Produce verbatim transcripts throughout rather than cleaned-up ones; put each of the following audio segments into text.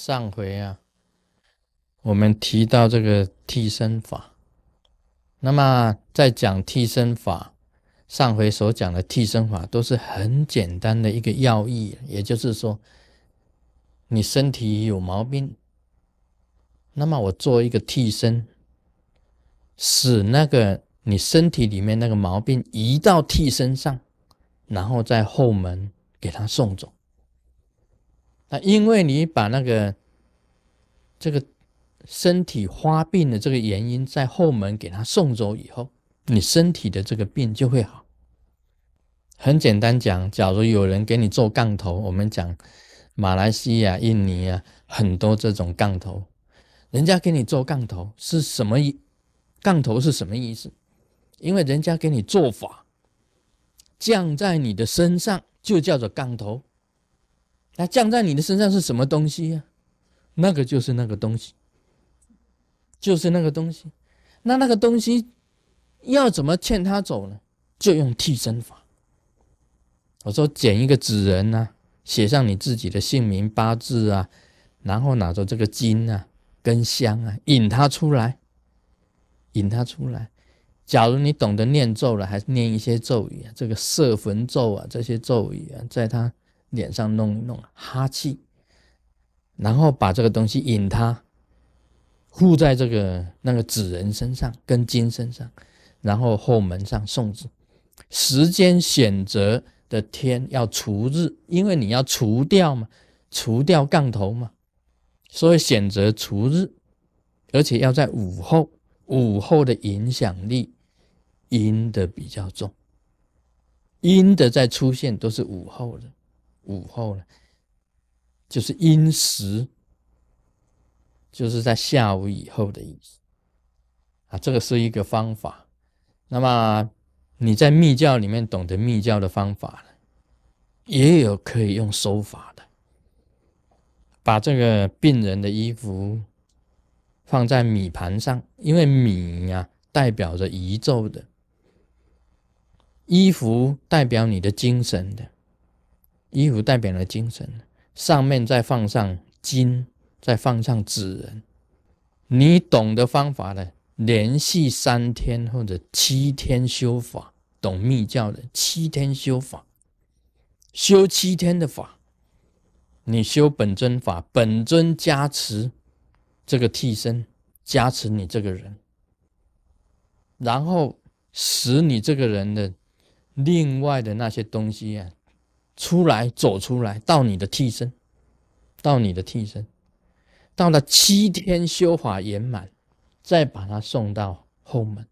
上回啊，我们提到这个替身法，那么在讲替身法，上回所讲的替身法都是很简单的一个要义，也就是说，你身体有毛病，那么我做一个替身，使那个你身体里面那个毛病移到替身上，然后在后门给它送走。那因为你把那个这个身体发病的这个原因在后门给它送走以后，你身体的这个病就会好。很简单讲，假如有人给你做杠头，我们讲马来西亚、印尼啊，很多这种杠头，人家给你做杠头是什么意？杠头是什么意思？因为人家给你做法降在你的身上，就叫做杠头。那降在你的身上是什么东西啊？那个就是那个东西，就是那个东西。那那个东西要怎么劝他走呢？就用替身法。我说捡一个纸人啊，写上你自己的姓名八字啊，然后拿着这个金啊跟香啊，引他出来，引他出来。假如你懂得念咒了，还是念一些咒语啊，这个摄魂咒啊，这些咒语啊，在他脸上弄一弄，哈气，然后把这个东西引他附在这个那个纸人身上跟金身上，然后后门上送纸。时间选择的天要除日，因为你要除掉嘛，除掉杠头嘛，所以选择除日，而且要在午后，午后的影响力阴的比较重，阴的在出现都是午后的，午后了，就是阴时，就是在下午以后的意思啊，这个是一个方法。那么你在密教里面懂得密教的方法，也有可以用手法的，把这个病人的衣服放在米盘上，因为米啊代表着宇宙的，衣服代表你的精神的，衣服代表了精神的，上面再放上金，再放上纸人。你懂的方法呢，连续三天或者七天修法，懂密教的七天修法，修七天的法，你修本尊法，本尊加持这个替身，加持你这个人，然后使你这个人的另外的那些东西啊，出来走出来，到你的替身，到你的替身，到了七天修法圆满，再把它送到后门，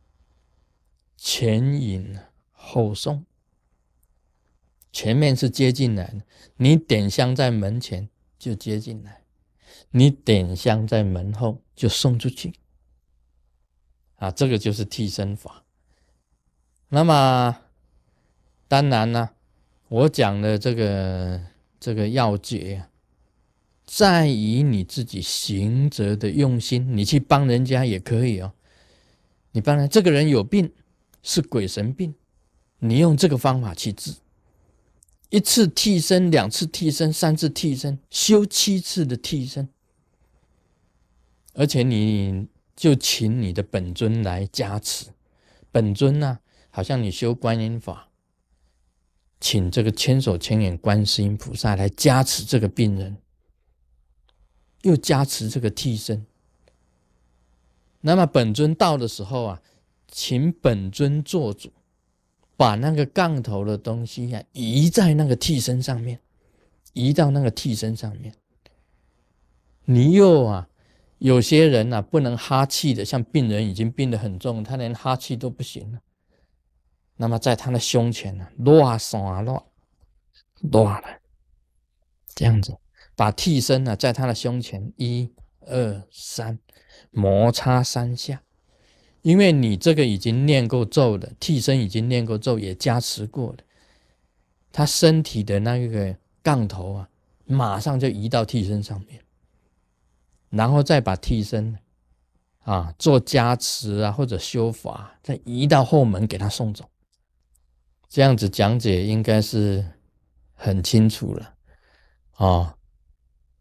前引后送。前面是接进来的，你点香在门前就接进来，你点香在门后就送出去啊，这个就是替身法。那么当然呢，我讲的这个这个要诀啊，在于你自己行者的用心，你去帮人家也可以哦。你帮人，这个人有病，是鬼神病，你用这个方法去治。一次替身，两次替身，三次替身，修七次的替身，而且你就请你的本尊来加持。本尊啊，好像你修观音法，请这个千手千眼观世音菩萨来加持这个病人，又加持这个替身。那么本尊到的时候啊，请本尊做主，把那个杠头的东西啊移在那个替身上面，移到那个替身上面。你又啊，有些人啊不能哈气的，像病人已经病得很重，他连哈气都不行了。那么在他的胸前啊，落散啊落落了，这样子把替身啊在他的胸前一二三摩擦三下。因为你这个已经念过咒的，替身已经念过咒，也加持过了，他身体的那个杠头啊，马上就移到替身上面，然后再把替身啊做加持啊或者修法，再移到后门给他送走。这样子讲解应该是很清楚了哦。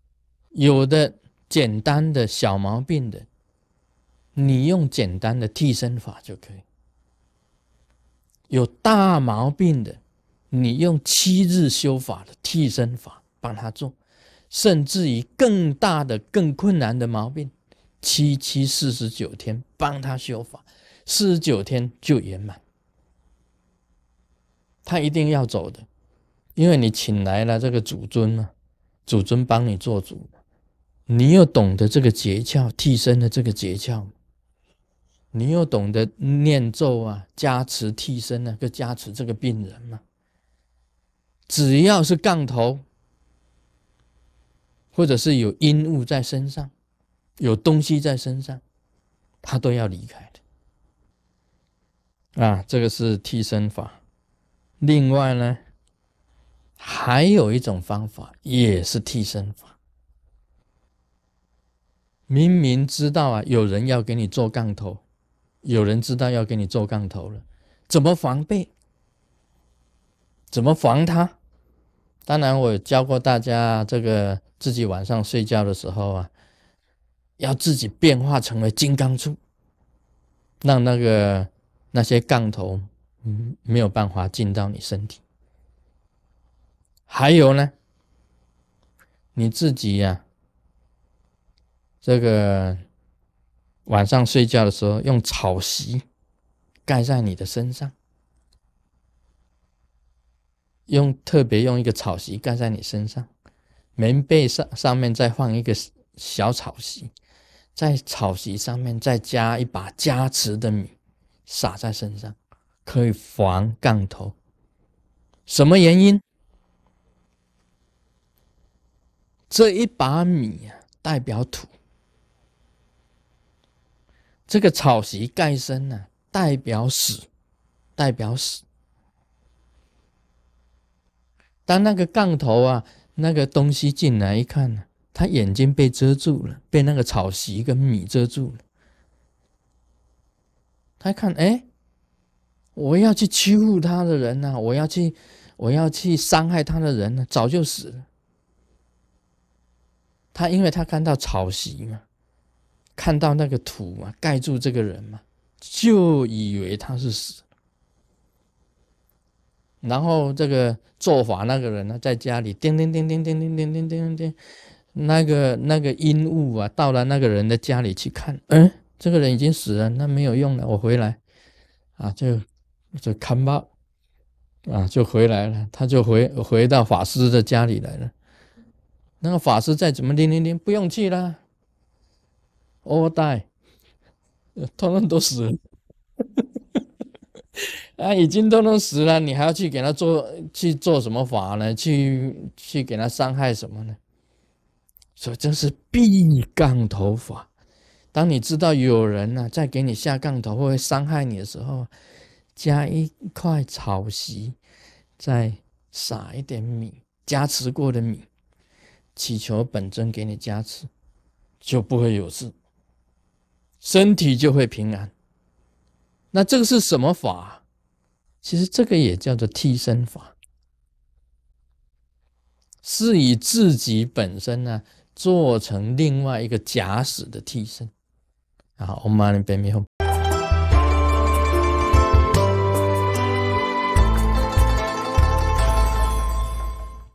有的简单的小毛病的，你用简单的替身法就可以；有大毛病的，你用七日修法的替身法帮他做；甚至于更大的、更困难的毛病，七七四十九天帮他修法，四十九天就圆满。他一定要走的，因为你请来了这个主尊嘛，主尊帮你做主，你又懂得这个诀窍，替身的这个诀窍，你又懂得念咒啊，加持替身啊，就加持这个病人嘛。只要是杠头，或者是有阴物在身上，有东西在身上，他都要离开的啊。这个是替身法。另外呢，还有一种方法也是替身法。明明知道啊，有人要给你做杠头，有人知道要给你做杠头了，怎么防备？怎么防他？当然，我有教过大家，这个自己晚上睡觉的时候啊，要自己变化成为金刚杵，让那个那些杠头嗯没有办法进到你身体。还有呢，你自己呀、啊，这个晚上睡觉的时候用草席盖在你的身上，用特别用一个草席盖在你身上，棉被上上面再放一个小草席，在草席上面再加一把加持的米，撒在身上，可以防杠头。什么原因？这一把米啊，代表土；这个草席盖身啊，代表死，代表死。当那个杠头啊，那个东西进来一看呢、啊，他眼睛被遮住了，被那个草席跟米遮住了。他看，哎，我要去欺负他的人呢、啊，我要去，我要去伤害他的人呢、啊，早就死了。他因为他看到草席嘛，看到那个土嘛，盖住这个人嘛，就以为他是死。然后这个做法那个人呢，在家里叮叮叮叮叮叮叮叮叮叮，那个那个阴物啊，到了那个人的家里去看，嗯，这个人已经死了，那没有用了，我回来啊，就就看吧，啊，就回来了，他就回回到法师的家里来了。那个法师再怎么叮叮叮，不用去了，我带，通通都死了。啊，已经都能死了，你还要去给他做去做什么法呢？去去给他伤害什么呢？所以这是避杠头法。当你知道有人呢、啊、在给你下杠头或会伤害你的时候，加一块草席，再撒一点米，加持过的米，祈求本尊给你加持，就不会有事，身体就会平安。那这个是什么法？其实这个也叫做替身法，是以自己本身呢做成另外一个假使的替身。啊，Om Mani Padme Hum。